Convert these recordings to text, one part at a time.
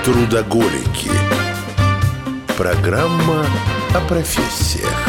Трудоголики. Программа о профессиях.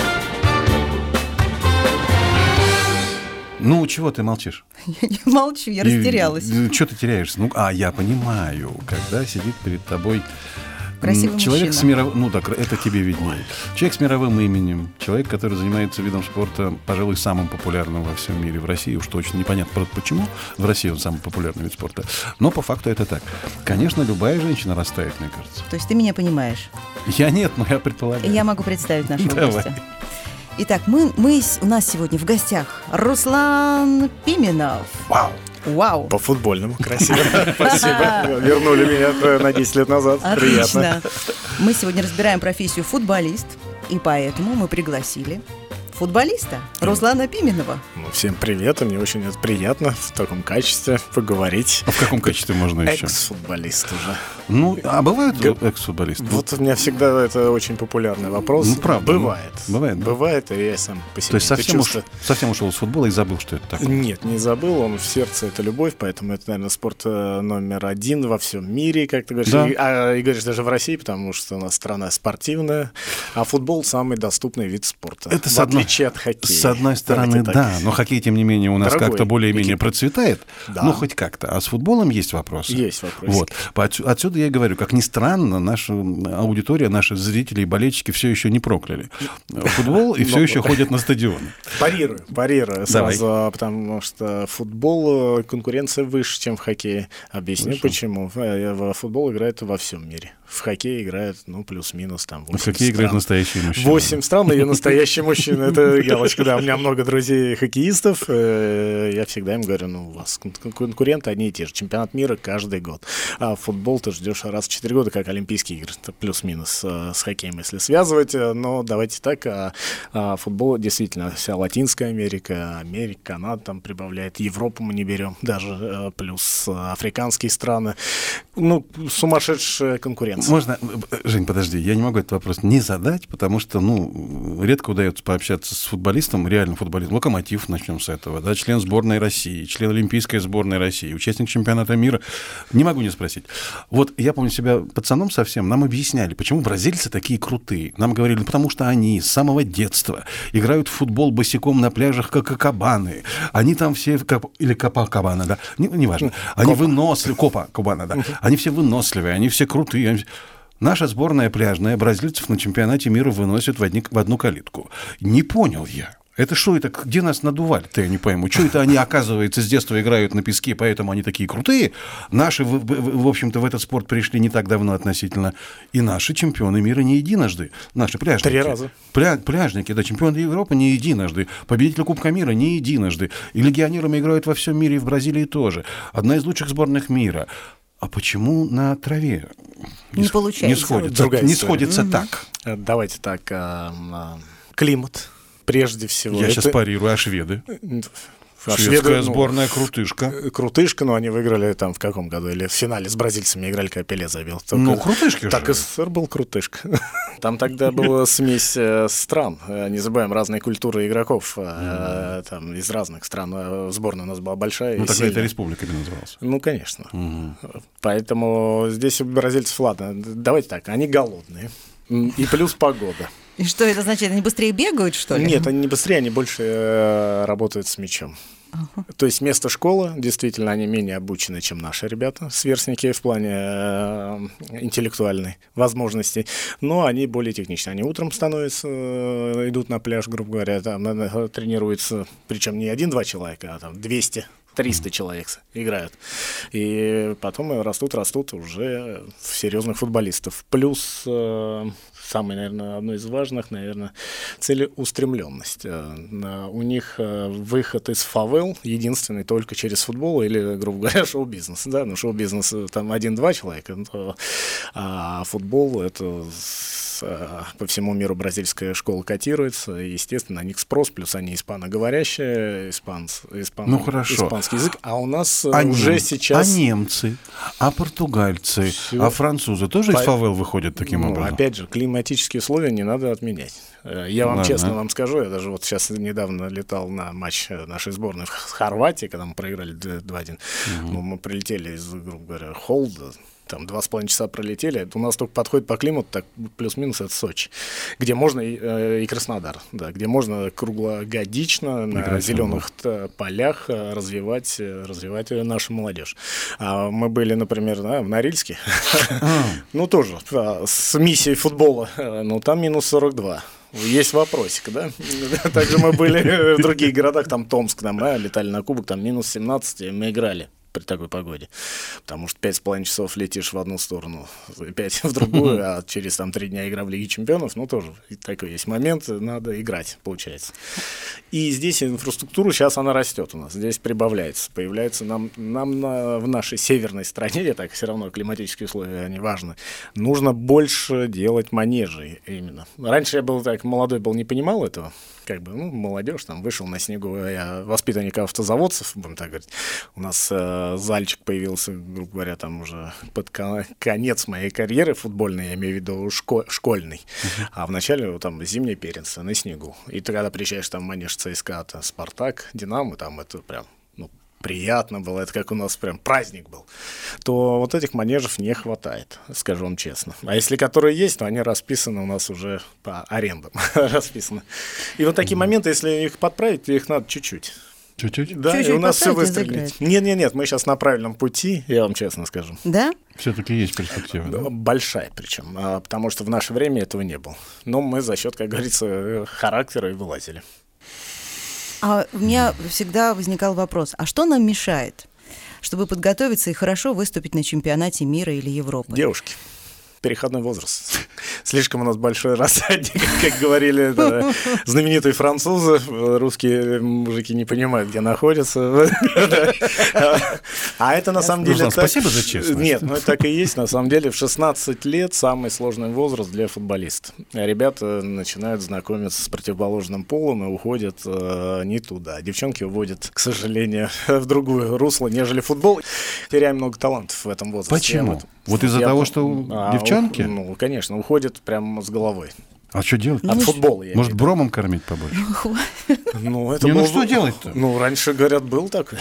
Ну, чего ты молчишь? Я не молчу, я растерялась. Что ты теряешься? Я понимаю, когда сидит перед тобой красивый человек мужчина. с мировым... Ну, так, это тебе виднее. Человек с мировым именем, человек, который занимается видом спорта, пожалуй, самым популярным во всем мире. В России уж точно непонятно, почему в России он самый популярный вид спорта. Но по факту это так. Конечно, любая женщина растает, мне кажется. То есть ты меня понимаешь? Я нет, но я предполагаю. Я могу представить нашего Давай. гостя. Итак, у нас сегодня в гостях Руслан Пименов. Вау! Вау! По-футбольному красиво. Спасибо. Вернули меня на 10 лет назад. Приятно. Отлично. Мы сегодня разбираем профессию футболист, и поэтому мы пригласили футболиста Руслана Пименова. Всем привет, и мне очень это приятно в таком качестве поговорить. А в каком качестве можно еще? Экс-футболист уже. А бывают экс-футболисты? Вот у меня всегда это очень популярный вопрос. Правда. Бывает. Бывает. И я сам по себе. То есть совсем ушел с футбола и забыл, что это такое? Нет, не забыл, он в сердце, это любовь, поэтому это, наверное, спорт номер один во всем мире, как ты говоришь, да. И говоришь даже в России, потому что у нас страна спортивная, а футбол самый доступный вид спорта, это в отличие от хоккея. С одной стороны, да, но хоккей, тем не менее, у нас дорогой, как-то более-менее процветает, да. Ну, хоть как-то, а с футболом есть вопросы. Есть вопросы. Вот. Отсюда я и говорю, как ни странно, наша аудитория, наши зрители и болельщики все еще не прокляли футбол и все еще ходят на стадионы. Парирую сразу, потому что футбол конкуренция выше, чем в хоккее. Объясню почему. В футбол играют во всем мире. В хоккей играют, плюс-минус там 8 стран. В хоккей играют настоящие мужчины. 8 стран, и настоящие мужчины. Это галочка, да. У меня много друзей-хоккеистов. Я всегда им говорю, у вас конкуренты одни и те же. Чемпионат мира каждый год. А футбол ты ждешь раз в 4 года, как Олимпийские игры. Это плюс-минус с хоккеем, если связывать. Но давайте так. Футбол действительно вся Латинская Америка, Канада там прибавляет. Европу мы не берем. Даже плюс африканские страны. Сумасшедшая конкуренция. Можно, Жень, подожди, я не могу этот вопрос не задать, потому что, редко удается пообщаться с футболистом, реальным футболистом. Локомотив, начнем с этого, да, член сборной России, член Олимпийской сборной России, участник чемпионата мира. Не могу не спросить. Вот я помню себя пацаном совсем, нам объясняли, почему бразильцы такие крутые. Нам говорили, потому что они с самого детства играют в футбол босиком на пляжах Копакабаны. Они там все, или Копакабана, да, неважно. Они выносливые, Копакабана, да. Они все выносливые, они все крутые. Наша сборная пляжная бразильцев на чемпионате мира выносит в одну калитку. Не понял я. Это что это? Где нас надували-то, я не пойму. Что это они, оказывается, с детства играют на песке, поэтому они такие крутые? Наши, в общем-то, в этот спорт пришли не так давно относительно. И наши чемпионы мира не единожды. Наши пляжники. 3 раза. Пляжники, да, чемпионы Европы не единожды. Победители Кубка мира не единожды. И легионерами играют во всем мире, и в Бразилии тоже. Одна из лучших сборных мира. А почему на траве не получается? Не сходится так? Давайте так. Климат, прежде всего. Я сейчас парирую, а шведы? Шведская сборная крутышка. Крутышка, но они выиграли там в каком году? Или в финале с бразильцами играли, когда Пеле забил. Крутышки же. Так и СССР был крутышка. Там тогда была смесь стран. Не забываем, разные культуры игроков там, из разных стран. Сборная у нас была большая. Тогда это республиками называлась. Конечно. Поэтому здесь у бразильцев, ладно, давайте так, они голодные. И плюс погода. И что это значит? Они быстрее бегают, что ли? Нет, они не быстрее, они больше работают с мячом. То есть вместо школы, действительно, они менее обучены, чем наши ребята, сверстники в плане интеллектуальной возможностей, но они более техничны. Они утром становятся, идут на пляж, грубо говоря, там тренируются, причем не 1-2 человека, а там 200-300 человек играют. И потом растут уже в серьезных футболистов. Плюс самое, наверное, одно из важных, наверное, целеустремленность. У них выход из фавел единственный только через футбол или, грубо говоря, шоу-бизнес. Да? Шоу-бизнес там 1-2 человека, а футбол — это по всему миру бразильская школа котируется, и, естественно, на них спрос, плюс они испаноговорящие, испанский язык, а у нас уже сейчас... А немцы, а португальцы, а французы тоже из фавел выходят таким образом? Опять же, климатические условия не надо отменять. Я вам честно вам скажу, я даже вот сейчас недавно летал на матч нашей сборной в Хорватии, когда мы проиграли 2-1. Мы прилетели из, грубо говоря, холода, там 2,5 часа пролетели. У нас только подходит по климату, так плюс-минус это Сочи, где можно и Краснодар, да, где можно круглогодично на зеленых полях развивать нашу молодежь. Мы были, например, в Норильске, ну тоже с миссией футбола, но там минус 42. Есть вопросик, да? Также мы были в других городах, там Томск, там, летали на кубок, там минус 17, и мы играли при такой погоде. Потому что 5,5 часов летишь в одну сторону, 5 в другую, а через 3 дня игра в Лиге Чемпионов, тоже такой есть момент, надо играть, получается. И здесь инфраструктура, сейчас она растет у нас, здесь прибавляется, появляется нам в нашей северной стране, так все равно климатические условия, они важны, нужно больше делать манежей именно. Раньше я был так молодой, не понимал этого, молодежь, вышел на снегу, я воспитанник автозаводцев, будем так говорить, у нас зальчик появился, грубо говоря, уже под конец моей карьеры футбольной, я имею в виду школьный, а в начале зимнее первенство на снегу, и ты когда приезжаешь в манеж ЦСКА, Спартак, Динамо, это прям приятно было, это как у нас прям праздник был, то вот этих манежев не хватает, скажу вам честно. А если которые есть, то они расписаны у нас уже по арендам расписаны. И вот такие моменты, если их подправить, то их надо чуть-чуть. Чуть-чуть? Да, чуть-чуть и у нас все поставить, выстрелит. Нет, мы сейчас на правильном пути, я вам честно скажу. Да? Все-таки есть перспектива, да? Большая причем, потому что в наше время этого не было. Но мы за счет, как говорится, характера и вылазили. А у меня всегда возникал вопрос, а что нам мешает, чтобы подготовиться и хорошо выступить на чемпионате мира или Европы? Девушки. Переходной возраст. Слишком у нас большой рассадник, как говорили знаменитые французы. Русские мужики не понимают, где находятся. А это на самом деле... Спасибо за честность. Нет, так и есть. На самом деле в 16 лет самый сложный возраст для футболиста. Ребята начинают знакомиться с противоположным полом и уходят не туда. Девчонки уводят, к сожалению, в другое русло, нежели футбол. Теряем много талантов в этом возрасте. Почему? Вот из-за того, что девчонки? Конечно, уходят прямо с головой. А что делать? От футбола, я Может, бромом кормить побольше? Что делать-то? Раньше, говорят, был такой.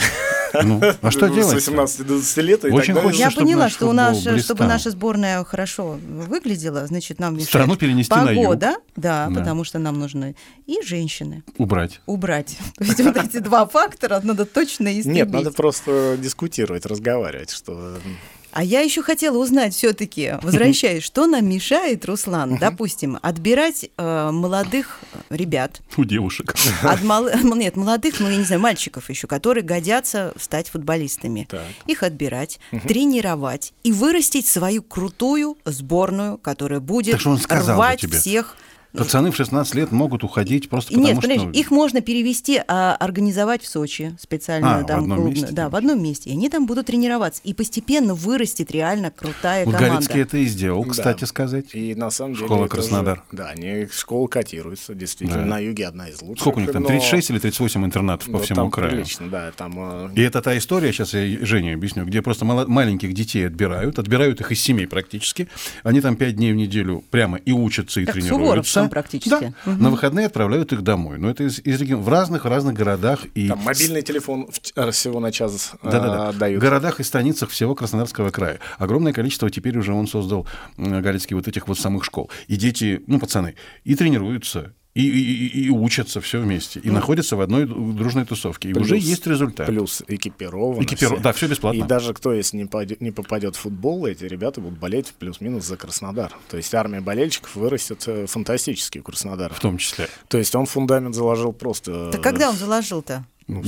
А что делать? С 18 до 20 лет и Очень так далее. хочется, Я поняла, чтобы наша сборная хорошо выглядела, значит, нам мешает страну перенести на юг. погода, да, потому что нам нужны и женщины. Убрать. То есть вот эти два фактора надо точно истребить. Нет, надо просто дискутировать, разговаривать, что... А я еще хотела узнать все-таки, возвращаясь, что нам мешает, Руслан, допустим, отбирать молодых ребят. У девушек. Нет, молодых, я не знаю, мальчиков еще, которые годятся стать футболистами. Так. Их отбирать, тренировать и вырастить свою крутую сборную, которая будет рвать всех. Пацаны в 16 лет могут уходить просто потому, что... Нет, их можно перевести, организовать в Сочи специальную в одном месте? Да, в одном месте. И они там будут тренироваться. И постепенно вырастет реально крутая команда. Галицкий это и сделал, кстати сказать. И на самом деле... Школа Краснодар. Школа котируется, действительно. На юге одна из лучших. Сколько у них там, 36 или 38 интернатов по всему краю? Прилично, да. И это та история, сейчас я Жене объясню, где просто маленьких детей отбирают их из семей практически. Они там 5 дней в неделю прямо и учатся, и тренируются. Практически. Да. На выходные отправляют их домой. Но это из регионов. В разных городах. И... Там мобильный телефон всего на час дают. В городах и станицах всего Краснодарского края. Огромное количество теперь уже он создал Галицкий этих самых школ. И дети, пацаны, и тренируются, и учатся все вместе, и находятся в одной дружной тусовке. И уже есть результат. Плюс экипированы. Да, все бесплатно. И даже если не попадет в футбол, эти ребята будут болеть плюс-минус за Краснодар. То есть армия болельщиков вырастет фантастически у Краснодара. В том числе. То есть он фундамент заложил просто... Так когда он заложил-то?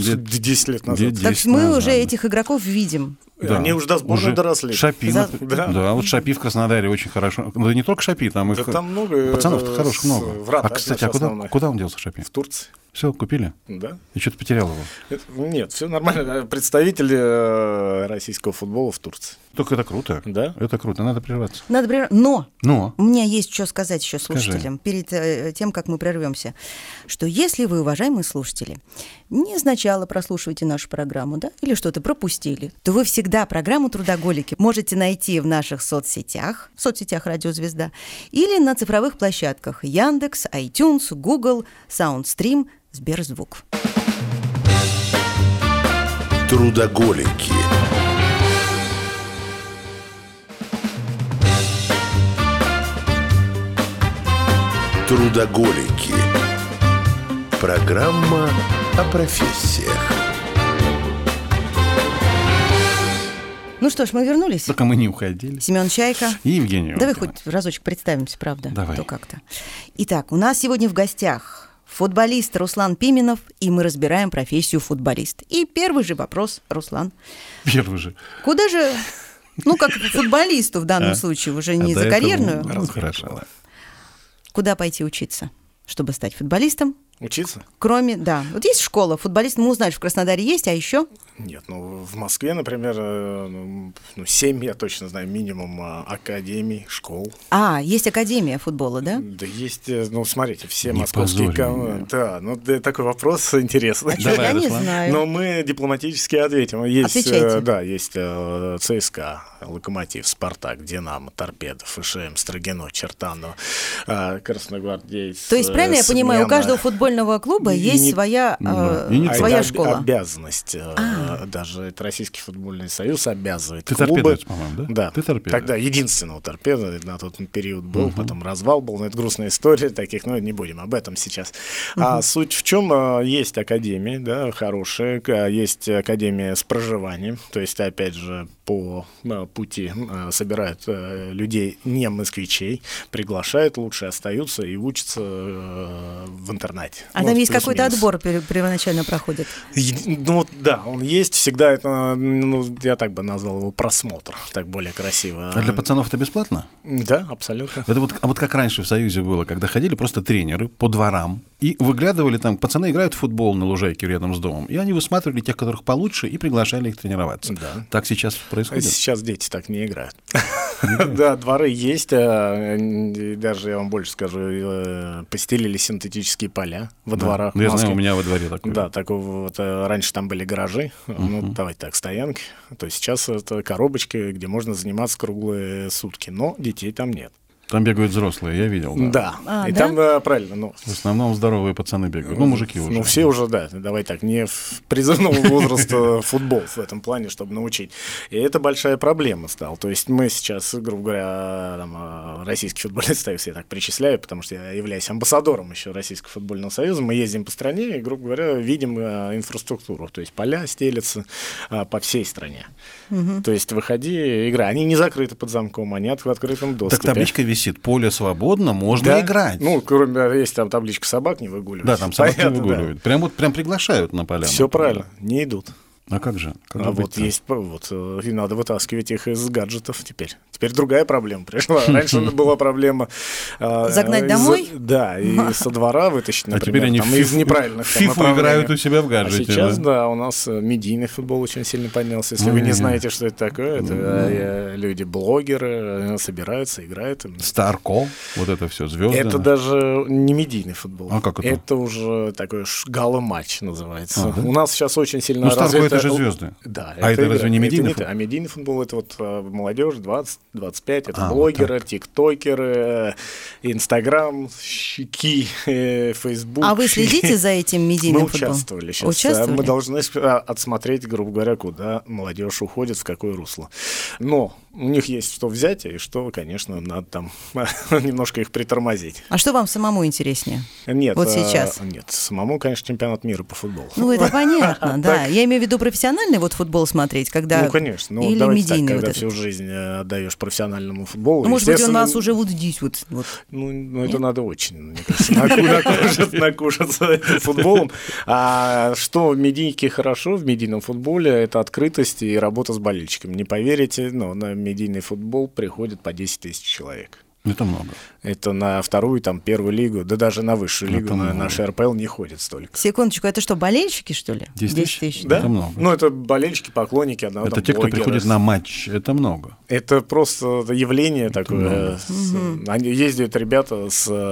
10 лет назад. Так мы уже этих игроков видим. Да. Они уже до сборной доросли. Шапи. Да, вот Шапи в Краснодаре очень хорошо. Да не только Шапи, там их... Там много... Пацанов хороших много. Кстати, куда он делся, Шапи? В Турции. Все, купили? Да. И что-то потерял его? Нет, все нормально. Представители российского футбола в Турции. Только это круто. Да. Это круто, надо прерваться. Но у меня есть что сказать еще слушателям перед тем, как мы прервемся. Что если вы, уважаемые слушатели, не сначала прослушиваете нашу программу, да, или что-то пропустили, то вы всегда программу «Трудоголики» можете найти в наших соцсетях, в соцсетях «Радио Звезда», или на цифровых площадках Яндекс, iTunes, Google, Soundstream, Сберзвук. Трудоголики. Трудоголики. Программа о профессиях. Ну что ж, мы вернулись. Только мы не уходили. Семен Чайка. И Евгений. Давай хоть разочек представимся, правда? Давай. То как-то. Итак, у нас сегодня в гостях футболист Руслан Пименов, и мы разбираем профессию футболист. И первый же вопрос, Руслан. Первый же. Куда же, как футболисту в данном случае, уже не за карьерную? Хорошо. Куда пойти учиться, чтобы стать футболистом? Учиться? Кроме, да. Вот есть школа футболистов, мы узнали, в Краснодаре есть, а еще? Нет, в Москве, например, 7, я точно знаю, минимум академий, школ. Есть академия футбола, да? Да есть, смотрите, все Не московские позорь команды. Да, такой вопрос интересный. Я не знаю. Но мы дипломатически ответим. Отвечайте. Да, есть ЦСКА, Локомотив, Спартак, Динамо, Торпедо, ФШМ, Строгино, Чертаново, Красногвардейц. То есть, правильно я понимаю, у каждого футбольного клуба есть своя школа? Обязанность. Даже это Российский футбольный союз обязывает Ты клубы. торпедовец, по-моему, да? Да. Ты торпеда. Тогда единственного торпеда на тот период был, потом развал был, но это грустная история таких, но не будем об этом сейчас. А суть в чем? Есть академии, да, хорошие, есть академия с проживанием, то есть, опять же, по пути собирают людей, не москвичей, приглашают, лучше остаются и учатся в интернате. А там есть какой-то отбор первоначально проходит? Да, он есть, всегда это, я так бы назвал его просмотр, так более красиво. А для пацанов это бесплатно? Да, абсолютно. Это вот как раньше в Союзе было, когда ходили просто тренеры по дворам и выглядывали там, пацаны играют в футбол на лужайке рядом с домом, и они высматривали тех, которых получше, и приглашали их тренироваться. Да. Так сейчас происходит? Сейчас дети так не играют. Да, дворы есть, даже я вам больше скажу, постелили синтетические поля во дворах. Я знаю, у меня во дворе такое. Да, такого вот раньше там были гаражи, давайте так, стоянки. То есть сейчас это коробочки, где можно заниматься круглые сутки, но детей там нет. Там бегают взрослые, я видел. Да. И там, правильно, в основном здоровые пацаны бегают. Мужики уже. Все уже, да. Давай так, не в призывного возраста футбол в этом плане, чтобы научить. И это большая проблема стала. То есть мы сейчас, грубо говоря, Российский футбольный союз, я так причисляю, потому что я являюсь амбассадором еще Российского футбольного союза. Мы ездим по стране и, грубо говоря, видим инфраструктуру. То есть поля стелятся по всей стране. То есть выходи, играй. Они не закрыты под замком, они в открытом доступе. Так табличка висит, поле свободно, можно играть. Кроме, есть там табличка «собак не выгуливают». Да, там собак не выгуливают. Да. Прям приглашают на поля. Все правильно, не идут. А как же? И надо вытаскивать их из гаджетов теперь. Теперь другая проблема пришла. Раньше была проблема... Загнать домой? Да, и со двора вытащить, например, теперь они из неправильных фифу играют у себя в гаджете. А сейчас, да, у нас медийный футбол очень сильно поднялся. Если вы не знаете, что это такое, это люди-блогеры собираются, играют. Старко, вот это все, звезды. Это даже не медийный футбол. А как это? Это уже такой гала-матч называется. У нас сейчас очень сильно развито... Это же звезды. Да. Это разве не медийный футбол? А медийный футбол — это вот молодежь 20-25, это блогеры, тиктокеры, Инстаграм, щеки, Фейсбук. А вы следите за этим медийным футболом? Мы участвовали сейчас. Мы должны отсмотреть, грубо говоря, куда молодежь уходит, в какое русло. Но у них есть что взять, и что, конечно, надо там немножко их притормозить. А что вам самому интереснее? Нет. Вот сейчас? Нет, самому, конечно, чемпионат мира по футболу. Это понятно, да. Я имею в виду профессиональный футбол смотреть, когда... конечно. Или давайте медийный так, когда всю жизнь отдаешь профессиональному футболу. Может быть, у нас уже вот здесь вот. Это надо очень, мне кажется, накушаться этим футболом. А что в медийке хорошо в медийном футболе, это открытость и работа с болельщиками. Не поверите, но на медийный футбол приходит по 10 тысяч человек. Это много. Это на вторую, первую лигу, да даже на высшую лигу, на наш РПЛ не ходит столько. Секундочку, это что, болельщики, что ли? 10 тысяч? Да? Это много. Это болельщики, поклонники одного. Это те, кто приходит на матч, это много. Это просто явление такое. Они ездят, ребята,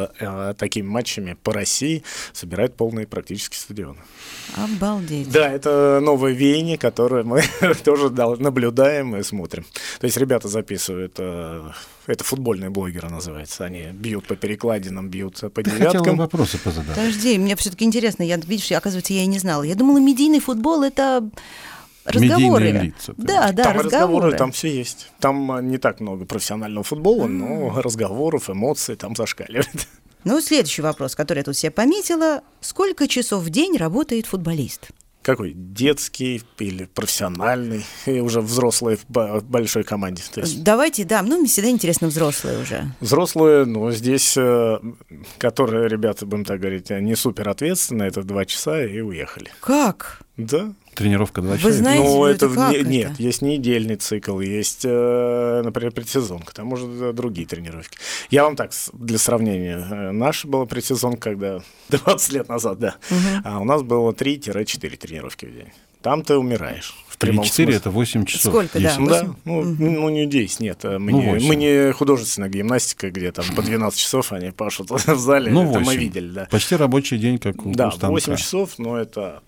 с такими матчами по России, собирают полные практически стадионы. Обалдеть. Да, это новое веяние, которое мы тоже наблюдаем и смотрим. То есть ребята записывают... Это футбольные блогеры называется. Они бьют по перекладинам, бьют по девяткам. Хотел вопросы позадать. Подожди, мне все-таки интересно. Видишь, оказывается, я и не знала. Я думала, медийный футбол — это разговоры. Медийные лица. Да, там разговоры, там все есть. Там не так много профессионального футбола, но разговоров, эмоций там зашкаливает. Ну, следующий вопрос, который я тут себе пометила. Сколько часов в день работает футболист? Какой? Детский или профессиональный, и уже взрослый в большой команде? То есть... Давайте, да, мне всегда интересно взрослые уже. Взрослые, здесь, которые, ребята, будем так говорить, не супер ответственные, это 2 часа и уехали. Как? Да. Тренировка 2 часа? Вы знаете, это как Нет, это? есть недельный цикл, есть, например, предсезонка, там уже другие тренировки. Я вам так, для сравнения, наша была предсезонка, когда 20 лет назад, да, а у нас было 3-4 тренировки в день. Там ты умираешь. 3-4 это 8 часов. Сколько, да? 10. Да, не 10, нет. Мы не художественная гимнастика, где там по 12 часов они пашут в зале. Это 8. мы видели, да. Почти рабочий день, как у станка. Да, 8 часов, но это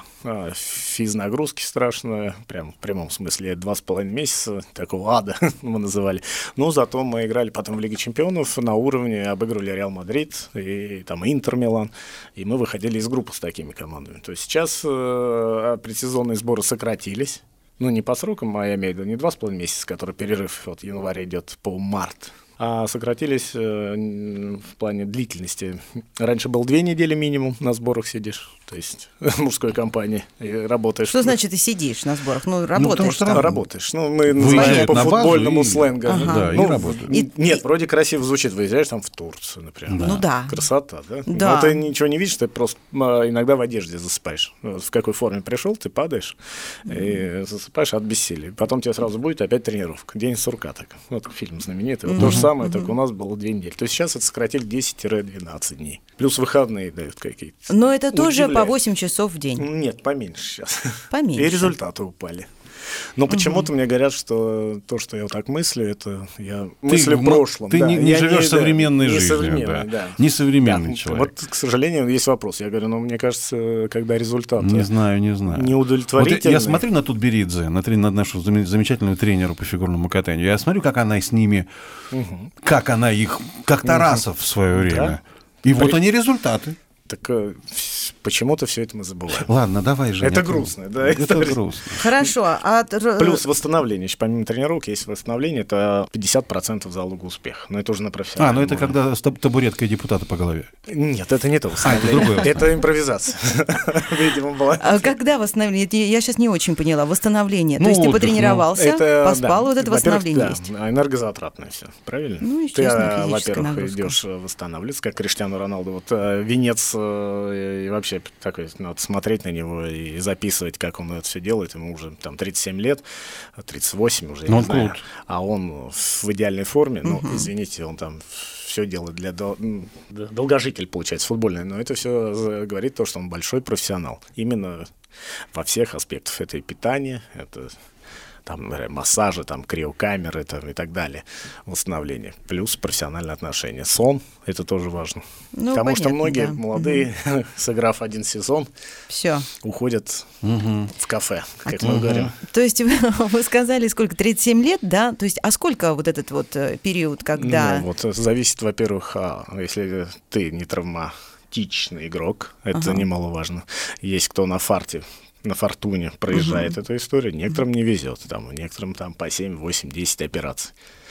физнагрузки страшно, прям в прямом смысле. 2,5 месяца такого ада мы называли. Но зато мы играли потом в Лиге чемпионов на уровне, обыгрывали Реал Мадрид и там Интер Милан, и мы выходили из группы с такими командами. То есть сейчас предсезонные сборы сократились. Не по срокам, а я имею в виду не 2,5 месяца, который перерыв от января идет по март, а сократились в плане длительности. Раньше был 2 недели минимум на сборах сидишь, то есть в мужской компании, и работаешь. Что значит ты сидишь на сборах? Работаешь. Потому что там. Работаешь. Мы называем по футбольному сленгу. Да, и работают. Нет, вроде красиво звучит. Выезжаешь там в Турцию, например. Да. Ну да. Красота, да? Да. Но ты ничего не видишь, ты просто иногда в одежде засыпаешь. В какой форме пришел, ты падаешь и засыпаешь от бессилия. Потом тебе сразу будет опять тренировка. День сурка так. Вот фильм знаменитый. Вот то же самое, только у нас было 2 недели. То есть сейчас это сократили 10-12 дней. Плюс выходные дают какие-то. Но это тоже по 8 часов в день? Нет, поменьше сейчас. Поменьше. И результаты упали. Но почему-то мне говорят, что то, что я вот так мыслю, это я мыслю в прошлом. Ты да. не живешь современной жизнью. Современной, да. Не современный человек. Вот, к сожалению, есть вопрос. Я говорю, мне кажется, когда результаты не знаю. неудовлетворительные. Вот я смотрю на Тутберидзе, на нашу замечательную тренеру по фигурному катанию. Я смотрю, как она с ними, как она их, как Тарасов в свое время. И вот они результаты. Так почему-то все это мы забываем. Ладно, давай же. Это грустно, да? Это грустно. Хорошо. Плюс восстановление. Еще помимо тренировок есть восстановление, это 50% залога успеха. Но это уже на профессиональном это уровне. когда с табуреткой депутата по голове. Нет, это не то восстановление. Это импровизация. Видимо, была. А когда восстановление? Я сейчас не очень поняла. Восстановление. То есть ты потренировался, поспал, вот это восстановление есть. Да, энергозатратное все. Правильно? Ты, во-первых, идешь восстанавливаться, как Криштиану Роналду. Вот венец и вообще такой, надо смотреть на него и записывать, как он это все делает. Ему уже там 37 лет, 38 уже, я не знаю. А он в идеальной форме, извините, он там все делает для долгожитель, получается, футбольный. Но это все говорит то, что он большой профессионал. Именно во всех аспектах. Это и питание, это там массажи, там криокамеры там, и так далее, восстановление. Плюс профессиональные отношения. Сон, это тоже важно. Потому что многие молодые, сыграв 1 сезон, уходят в кафе, как мы говорим. То есть вы сказали, сколько, 37 лет, да? То есть, а сколько вот этот вот период, когда... Зависит, во-первых, если ты не травматичный игрок, это немаловажно. Есть кто на фортуне проезжает эту историю, некоторым не везет, некоторым там по 7, 8, 10 операций.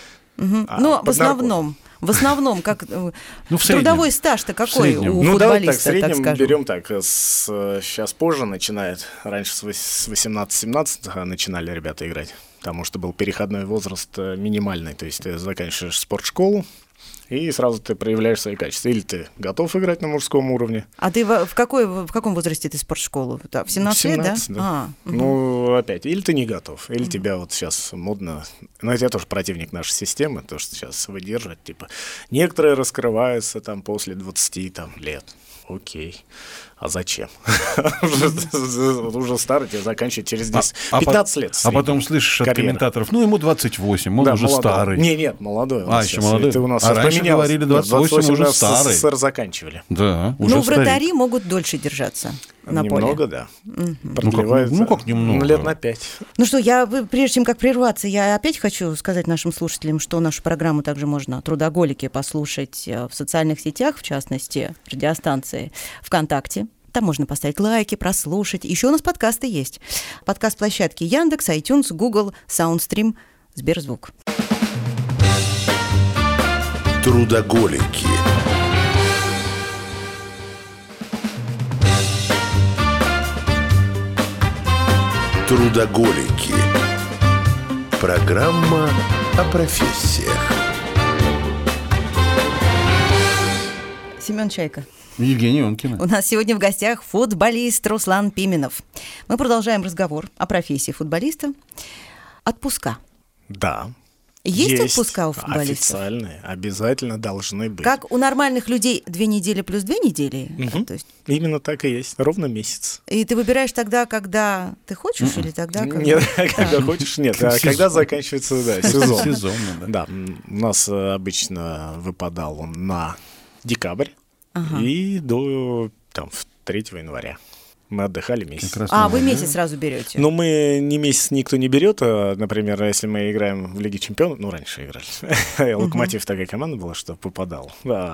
Но в основном, как трудовой стаж-то какой у футболиста, давайте так, в среднем берем так, сейчас позже начинает, раньше с 18-17 начинали ребята играть, потому что был переходной возраст минимальный, то есть ты заканчиваешь спортшколу, и сразу ты проявляешь свои качества. Или ты готов играть на мужском уровне. А ты в каком возрасте ты спортшколу? В 17 лет, да? Опять, или ты не готов, или тебя вот сейчас модно... Но это я тоже противник нашей системы, то, что сейчас выдерживать, некоторые раскрываются там после 20 лет. Окей. А зачем? Уже старый, тебе заканчивать через 15 лет. А потом слышишь от комментаторов, ему 28, он уже старый. Нет, молодой. Еще молодой? Ты у нас раньше говорили 28 уже старый. СССР заканчивали. Да, уже вратари могут дольше держаться на поле. Немного, да. Как немного? Лет на 5. Ну что, прежде чем прерваться, я опять хочу сказать нашим слушателям, что нашу программу также можно «Трудоголики» послушать в социальных сетях, в частности, радиостанции ВКонтакте. Там можно поставить лайки, прослушать. Еще у нас подкасты есть. Подкаст-площадки Яндекс, iTunes, Google, Soundstream, Сберзвук. Трудоголики. Трудоголики. Программа о профессиях. Семен Чайка. Евгений Онкина. У нас сегодня в гостях футболист Руслан Пименов. Мы продолжаем разговор о профессии футболиста. Отпуска. Да. Есть отпуска у футболистов? Официальные, обязательно должны быть. Как у нормальных людей 2 недели плюс 2 недели? Угу. То есть... Именно так и есть, ровно месяц. И ты выбираешь тогда, когда ты хочешь, или тогда, когда... Нет, когда хочешь, нет. А когда заканчивается сезон. Сезон, да. У нас обычно выпадал он на декабрь и до 3 января. Мы отдыхали месяц. Вы месяц сразу берете? Ну, мы не месяц никто не берет. Например, если мы играем в Лиге Чемпионов, раньше играли. Локомотив такая команда была, что попадал.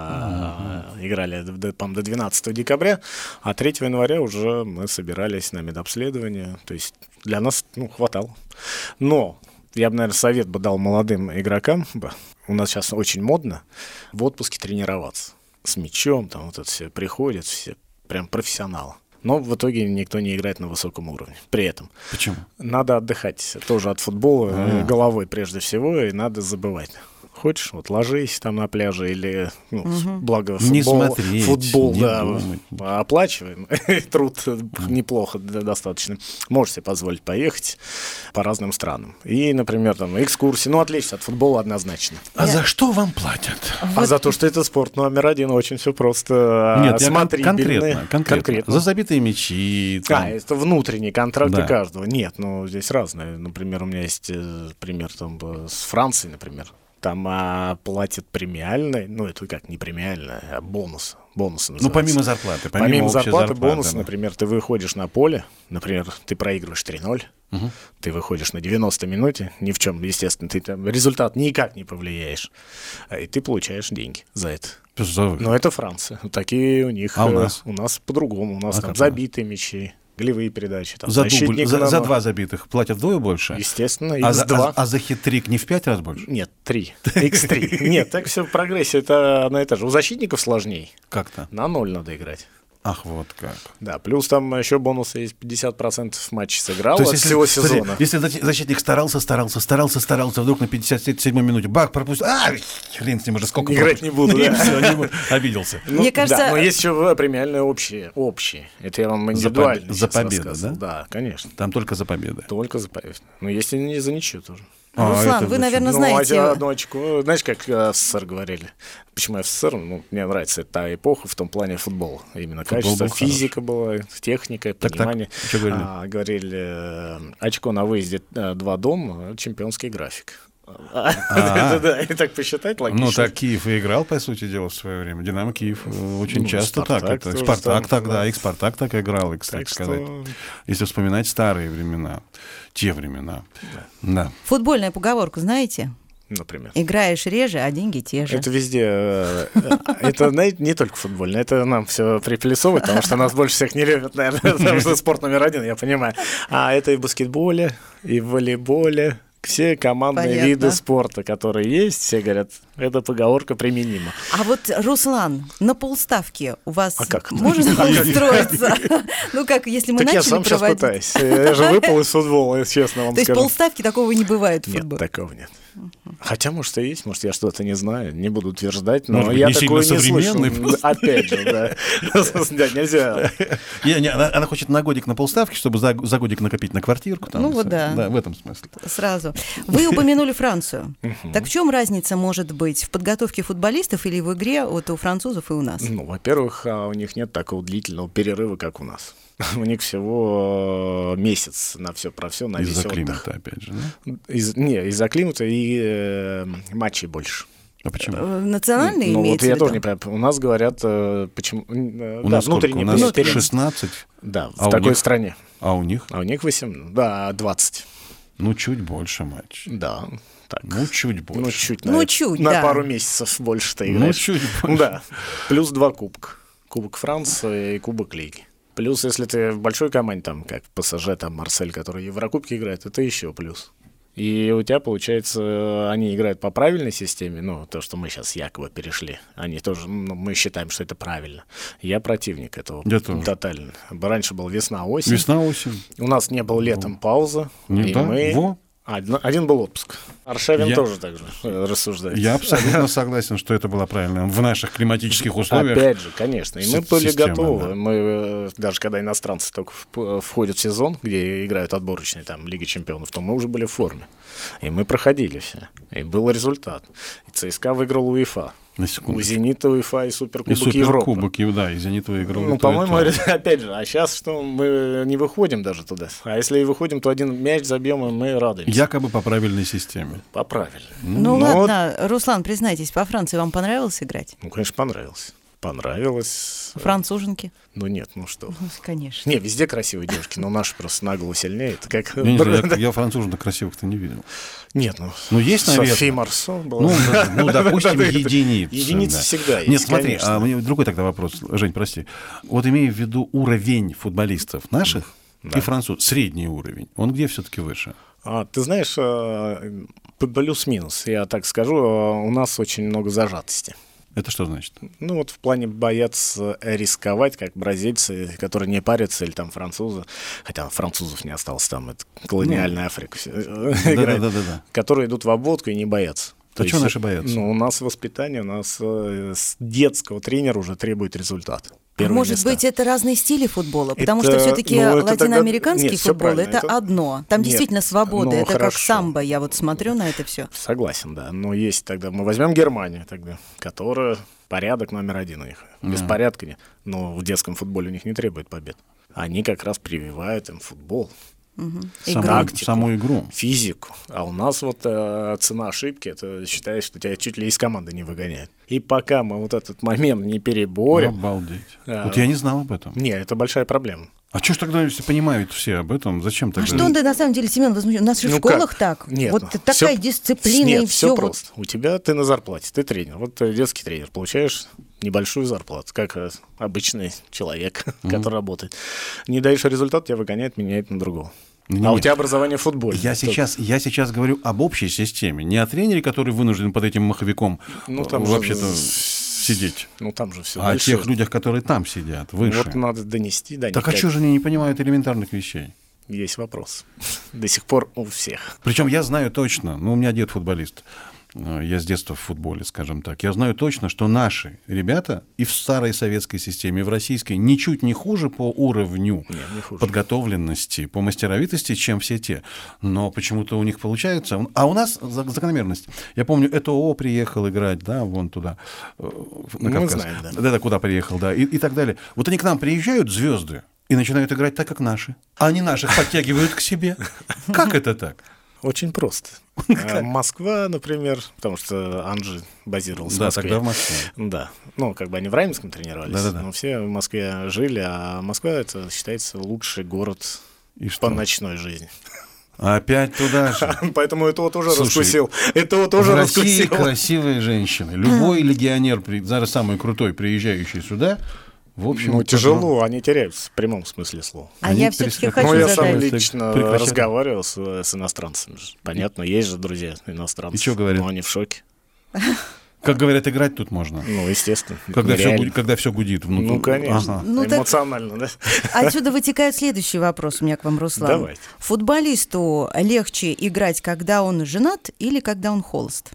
Играли до 12 декабря, а 3 января уже мы собирались на медобследование. То есть для нас хватало. Но я бы, наверное, совет бы дал молодым игрокам. У нас сейчас очень модно в отпуске тренироваться. С мячом, это все приходят, все прям профессионалы. Но в итоге никто не играет на высоком уровне. При этом. Почему? Надо отдыхать тоже от футбола, головой прежде всего, и надо забывать. Хочешь, ложись там на пляже или, благо футбол оплачиваем, труд неплохо достаточно. Можешь себе позволить поехать по разным странам. И, например, экскурсии, отвлечься от футбола однозначно. А за что вам платят? А за то, что это спорт номер 1, очень все просто. Нет, конкретно. За забитые мячи. Это внутренние контракты каждого. Нет, здесь разные. Например, у меня есть пример с Францией, например. Там платят премиальные, это как не премиальные, а бонусы. Бонусы называются. Помимо зарплаты. Помимо зарплаты, бонусы, например, ты выходишь на поле, например, ты проигрываешь 3-0, ты выходишь на 90 минуте, ни в чем, естественно, ты результат никак не повлияешь, и ты получаешь деньги за это. Но это Франция. Такие у них. А у нас? У нас по-другому. У нас там забитые мячи. Голевые передачи. За 2 забитых платят вдвое больше? Естественно, x2. А за хит-трик не в 5 раз больше? Нет, 3. x3. Нет, так все в прогрессе, это одно и то же. У защитников сложней. Как-то? На 0 надо играть. Ах, вот как. Да, плюс там еще бонусы есть, 50% матчей сыграл от всего сезона. Если защитник старался, вдруг на 57-й минуте бах, пропустил, хрен с ним уже сколько. Играть не буду, да. Обиделся. Мне кажется... но есть еще премиальные общие. Это я вам индивидуально за победу, да? Да, конечно. Там только за победу. Только за победу. Но есть и не за ничью тоже. Руслан, вы, наверное, знаете... одно очко. Знаешь, как в СССР говорили? Почему в СССР? Мне нравится та эпоха в том плане футбола. Именно качество, физика была, техника, понимание. Что говорили? Говорили, очко на выезде 2 дома, чемпионский график. Да, и так посчитать логично. Так Киев и играл, по сути дела, в свое время. Динамо Киев очень часто так. Спартак тогда, и Спартак так играл, кстати сказать. Если вспоминать старые времена, те времена. Да. Футбольная поговорка, знаете? Например. Играешь реже, а деньги те же. Это везде. Это, знаете, не только футбольно. Это нам все приплюсовывают, потому что нас больше всех не любят, наверное, потому что спорт номер 1, я понимаю. А это и в баскетболе, и в волейболе. Все командные виды спорта, которые есть, все говорят, эта поговорка применима. А вот, Руслан, на полставки у вас можно устроиться? Если мы начали проводить... Так я сам сейчас пытаюсь. Я же выпал из футбола, честно вам скажу. То есть полставки такого не бывает в футболе? Нет, такого нет. Хотя, может, и есть, может, я что-то не знаю, не буду утверждать, но я такое не слышал. Опять же, да. Нельзя. Она хочет на годик на полставки, чтобы за годик накопить на квартирку. Да. Да, в этом смысле. Сразу. Вы упомянули Францию. Так в чем разница может быть в подготовке футболистов или в игре у французов и у нас? Во-первых, у них нет такого длительного перерыва, как у нас. У них всего месяц на все про все, на весь отдых. Из-за климата, опять же, да? Из-за климата и матчей больше. А почему? Национальные имеется в виду? Я тоже не понимаю. У нас говорят, почему... У нас внутренний. У нас 16? Да, в такой стране. А у них? А у них 18, да, 20. Чуть больше матч. Да. Так. Чуть больше. Чуть, на пару месяцев больше ты играешь. Чуть больше. Да. Плюс 2 кубка. Кубок Франции и Кубок Лиги. Плюс, если ты в большой команде, там, как ПСЖ, там, Марсель, который в Еврокубке играет, это еще плюс. И у тебя, получается, они играют по правильной системе, ну, то, что мы сейчас якобы перешли. Они тоже, ну, мы считаем, что это правильно. Я противник этого. Я тоже. Тотально. Раньше был весна-осень. Весна-осень. У нас не было летом паузы. Не, и да? мы... Один был отпуск. Аршавин тоже так же рассуждает. Я абсолютно согласен, что это было правильно в наших климатических условиях. Опять же, конечно. И мы были готовы. Да. Мы, даже когда иностранцы только входят в сезон, где играют отборочные там, Лиги Чемпионов, то мы уже были в форме. И мы проходили все. И был результат. И ЦСКА выиграл УЕФА. У «Зенита» УЕФА и Суперкубок Европы. Суперкубок, да, и «Зенит» выиграл. Ну, по-моему, опять же, а сейчас что, мы не выходим даже туда. А если и выходим, то один мяч забьем, и мы радуемся. Якобы по правильной системе. По правильной. Ну ладно, Руслан, признайтесь, по Франции вам понравилось играть? Ну, конечно, понравилось. Понравилось. Француженки? Ну нет, ну что. Ну, конечно. Не, везде красивые девушки, но наши просто на голову сильнее. Это как... Я француженок красивых-то не видел. Нет, ну есть, наверное. Софи Марсо была. Ну, допустим, единицы. Единицы всегда есть. Нет, смотри, а мне другой тогда вопрос, Жень, прости. Вот имея в виду уровень футболистов наших и французов, средний уровень, он где все-таки выше? Ты знаешь, плюс-минус, я так скажу, у нас очень много зажатости. Это что значит? Ну вот в плане боятся рисковать, как бразильцы, которые не парятся, или там французы, хотя французов не осталось, там это колониальная Африка, которые идут в обводку и не боятся. А что наши боятся? Ну, у нас воспитание, у нас с детского тренера уже требует результата. Может быть, это разные стили футбола, потому что все-таки латиноамериканский футбол это одно. Там действительно свобода, это как самбо, я вот смотрю на это все. Согласен, да. Но есть тогда, мы возьмем Германию тогда, которая порядок номер один у них. Беспорядка нет. Но в детском футболе у них не требует побед. Они как раз прививают им футбол. Саму игру. Физику. А у нас вот цена ошибки, это считаешь, что тебя чуть ли из команды не выгоняют. И пока мы вот этот момент не переборем... Обалдеть. Вот я не знал об этом. Нет, это большая проблема. А что ж тогда, если понимают все об этом, зачем тогда? А что ты на самом деле, Семен, возмущен? У нас же в школах так. Нет, вот такая дисциплина нет, и все. Все просто. У тебя ты на зарплате, ты тренер. Вот ты детский тренер, получаешь небольшую зарплату, как обычный человек, который работает. Не даешь результат, тебя выгоняет, меняет на другого. Нет. У тебя образование в футболе. Я сейчас говорю об общей системе, не о тренере, который вынужден под этим маховиком вообще-то сидеть. Ну там же все. А о тех людях, которые там сидят, выше. Вот надо донести до них. Так а что же они не понимают элементарных вещей? Есть вопрос. До сих пор у всех. Причем я знаю точно, у меня дед футболист. Я с детства в футболе, скажем так. Я знаю точно, что наши ребята и в старой советской системе, и в российской ничуть не хуже по уровню подготовленности, по мастеровитости, чем все те. Но почему-то у них получается. А у нас закономерность. Я помню, ЭТО приехал играть, да, вон туда, на Кавказ. Мы знаем, да. Да, куда приехал, да, и так далее. Вот они к нам приезжают, звезды, и начинают играть так, как наши. А они наших подтягивают к себе. Как это так? Очень просто. Москва, например, потому что Анжи базировался в Москве. Да, тогда в Москве. Да. Ну, как бы они в Раменском тренировались, но все в Москве жили, а Москва, это считается лучший город по ночной жизни. Опять туда же. Поэтому этого тоже раскусил. Этого тоже раскусил. В России красивые женщины. Любой легионер, даже самый крутой, приезжающий сюда, в общем, тяжело, они теряются в прямом смысле слова. А я все-таки хочу задать. Я сам лично разговаривал с иностранцами. Понятно, есть же друзья иностранцы. И что говорят? Но они в шоке. Как говорят, играть тут можно. Ну, естественно. Когда все гудит внутри. Ну, конечно. Эмоционально, да? Отсюда вытекает следующий вопрос у меня к вам, Руслан. Давайте. Футболисту легче играть, когда он женат или когда он холост?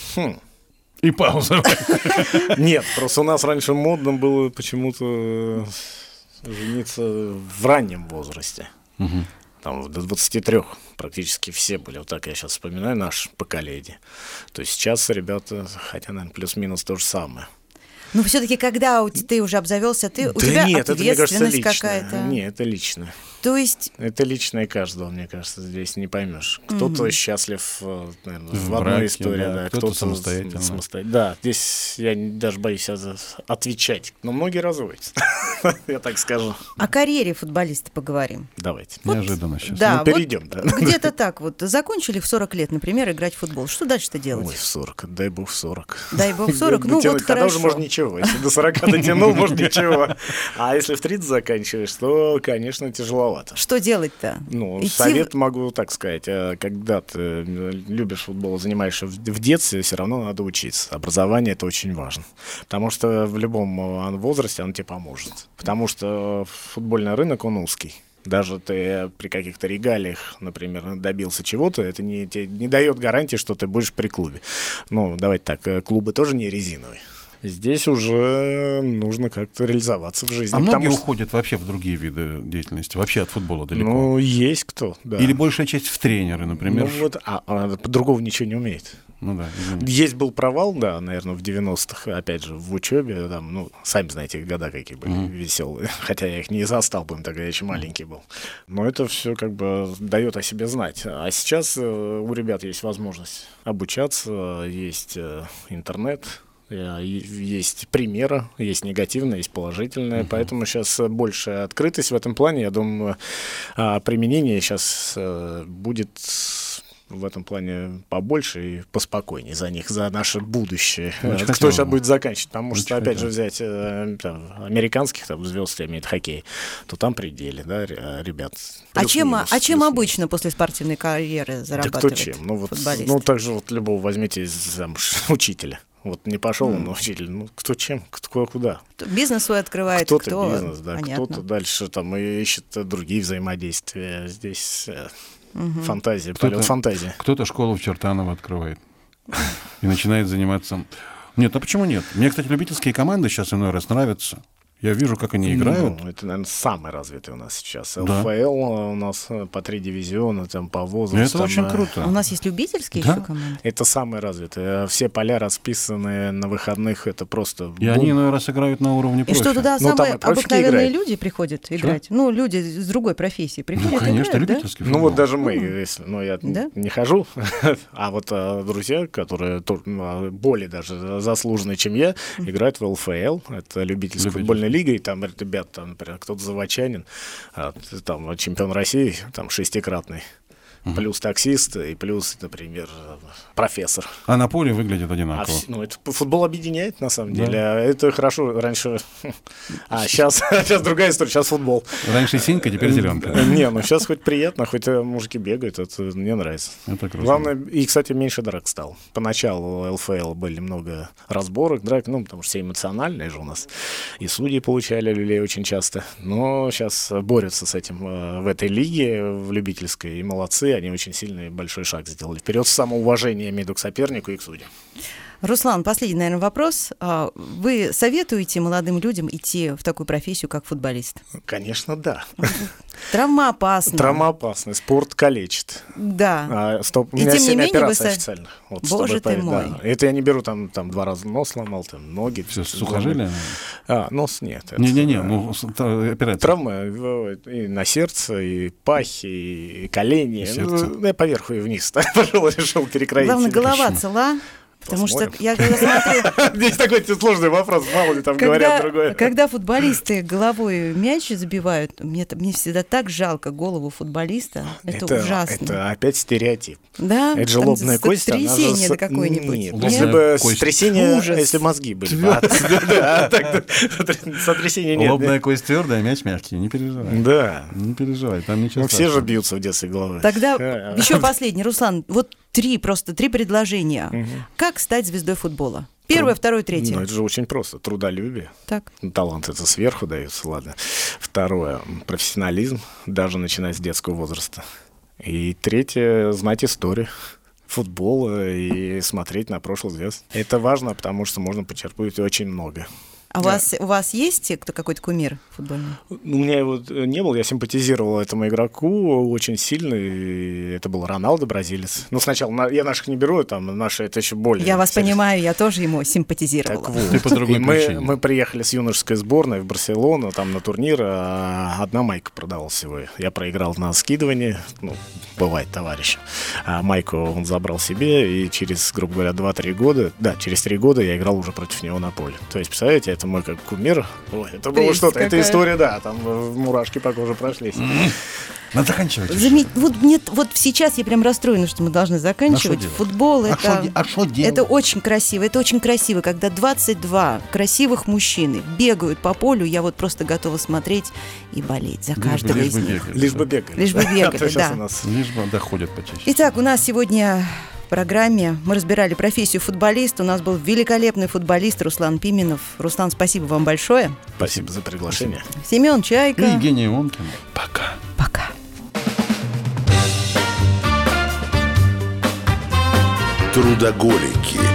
И пауза. Нет, просто у нас раньше модно было почему-то жениться в раннем возрасте. Там до 23 практически все были. Вот так я сейчас вспоминаю наше поколение. То есть сейчас ребята, хотя, наверное, плюс-минус то же самое. Но все-таки, когда ты уже обзавелся, у тебя нет, ответственность это, какая-то. Нет, это лично. То есть... Это личное каждого, мне кажется, здесь не поймешь. Кто-то счастлив, наверное, в одной браке, истории, да, кто-то самостоятельно. Да, здесь я даже боюсь отвечать, но многие разводятся, я так скажу. О карьере футболиста поговорим. Давайте. Неожиданно сейчас. Да, перейдем. Где-то так вот. Закончили в 40 лет, например, играть в футбол. Что дальше-то делать? Ой, в 40, дай бог в 40. Дай бог в 40, ну вот хорошо. Тогда уже можно ничего ничего. Если до 40 дотянул, может, ничего. А если в 30 заканчиваешь, то, конечно, тяжеловато. Что делать-то? Совет могу так сказать. Когда ты любишь футбол, занимаешься в детстве, все равно надо учиться. Образование — это очень важно. Потому что в любом возрасте оно тебе поможет. Потому что футбольный рынок, он узкий. Даже ты при каких-то регалиях, например, добился чего-то, это тебе не дает гарантии, что ты будешь при клубе. Давайте так, клубы тоже не резиновые. Здесь уже нужно как-то реализоваться в жизни. А многие уходят вообще в другие виды деятельности, вообще от футбола далеко? Есть кто, да. Или большая часть в тренеры, например? По-другому ничего не умеет. Да, есть был провал, да, наверное, в 90-х, опять же, в учебе, там, сами знаете, года какие были веселые, хотя я их не застал, тогда я еще маленький был. Но это все как бы дает о себе знать. А сейчас у ребят есть возможность обучаться, есть интернет, есть примеры, есть негативные, есть положительные, поэтому сейчас большая открытость в этом плане. Я думаю, применение сейчас будет в этом плане побольше и поспокойнее за них, за наше будущее. Кто сейчас будет заканчивать? Потому что, опять же, взять американских звезд, имеет хоккей, то там пределы, да, ребят. А чем обычно после спортивной карьеры зарабатывает футболист? Так же любого возьмите учителя. Не пошел он учитель, кто чем, кто куда. Бизнес свой открывает, кто бизнес, да, кто-то дальше ищет другие взаимодействия. Здесь фантазия, полет фантазии. Кто-то школу в Чертаново открывает и начинает заниматься. Нет, а почему нет? Мне, кстати, любительские команды сейчас иной раз нравятся. Я вижу, как они играют. Это, наверное, самый развитый у нас сейчас. ЛФЛ у нас по 3 дивизиона, по возрасту. Это очень круто. У нас есть любительские еще команды? Это самые развитые. Все поля расписаны на выходных, это просто... И они иной раз играют на уровне профи. И что туда самые обыкновенные люди приходят играть? Люди с другой профессии приходят конечно, играть, любительский футбол. Даже мы, я не хожу, а друзья, которые более даже заслуженные, чем я, играют в ЛФЛ. Это любительский футбольный лигой, там ребят, например, кто-то заводчанин, там чемпион России, там 6-кратный, плюс таксист и плюс, например, профессор. А на поле выглядит одинаково. Это футбол объединяет, на самом деле. Это хорошо. Раньше... сейчас другая история, сейчас футбол. Раньше синька, теперь зеленка. Сейчас хоть приятно, хоть мужики бегают, это мне нравится. Это круто. Главное, и, кстати, меньше драк стал. Поначалу ЛФЛ были много разборок, драк, потому что все эмоциональные же у нас. И судьи получали люлей очень часто. Но сейчас борются с этим в этой лиге, в любительской, и молодцы. Они очень сильный большой шаг сделали вперед, самоуважение, я имею в виду, к сопернику и к судьям. Руслан, последний, наверное, вопрос. Вы советуете молодым людям идти в такую профессию, как футболист? Конечно, да. Травмоопасно. Травмоопасно. Спорт калечит. Да. У меня 7 операций официально. Боже ты мой. Это я не беру, там 2 раза нос сломал, ноги. Все, сухожилия? Нос нет. Не-не-не, операция. Травмы и на сердце, и пахи, и колени. Я поверху и вниз пошел, решил перекроить. Главное, голова цела. Потому что я когда смотрю... Здесь такой сложный вопрос, мало ли там говорят другое. Когда футболисты головой мяч забивают, мне всегда так жалко голову футболиста. Это ужасно. Это опять стереотип. Да? Это же лобная кость. Сотрясение какое-нибудь. Нет, если бы сотрясение, если мозги были. Сотрясения нет. Лобная кость твердая, мяч мягкий, не переживай. Да. Не переживай, там ничего страшного. Все же бьются в детстве головой. Тогда еще последний, Руслан, вот 3 предложения. Как стать звездой футбола? Первое, второе, третье. Это же очень просто. Трудолюбие. Так. Талант это сверху дается, ладно. Второе, профессионализм, даже начиная с детского возраста. И третье, знать историю футбола и смотреть на прошлых звезд. Это важно, потому что можно почерпнуть очень много. А у вас есть какой-то кумир футбольный? У меня его не было, я симпатизировал этому игроку очень сильно, и это был Роналдо, бразилец. Сначала, я наших не беру, наши это еще более... Я вас понимаю, я тоже ему симпатизировала. Так вот, по другой причине. Мы приехали с юношеской сборной в Барселону, там на турнир, одна майка продавалась всего. Я проиграл на скидывании, бывает, товарищ. А майку он забрал себе, и через, грубо говоря, 2-3 года, через 3 года я играл уже против него на поле. То есть, представляете, это мой как кумир. Ой, это было что-то. Эта история, да, там мурашки по коже прошлись. Надо заканчивать. Вот сейчас я прям расстроена, что мы должны заканчивать. Футбол это очень красиво. Это очень красиво, когда 22 красивых мужчины бегают по полю. Я вот просто готова смотреть и болеть за каждого из них. Лишь бы бегали. Лишь бы бегали, да. Лишь бы доходят почаще. Итак, у нас сегодня в программе мы разбирали профессию футболиста. У нас был великолепный футболист Руслан Пименов. Руслан, спасибо вам большое. Спасибо за приглашение. Семен Чайка. И Евгений Ионкин. Пока. Пока. Трудоголики.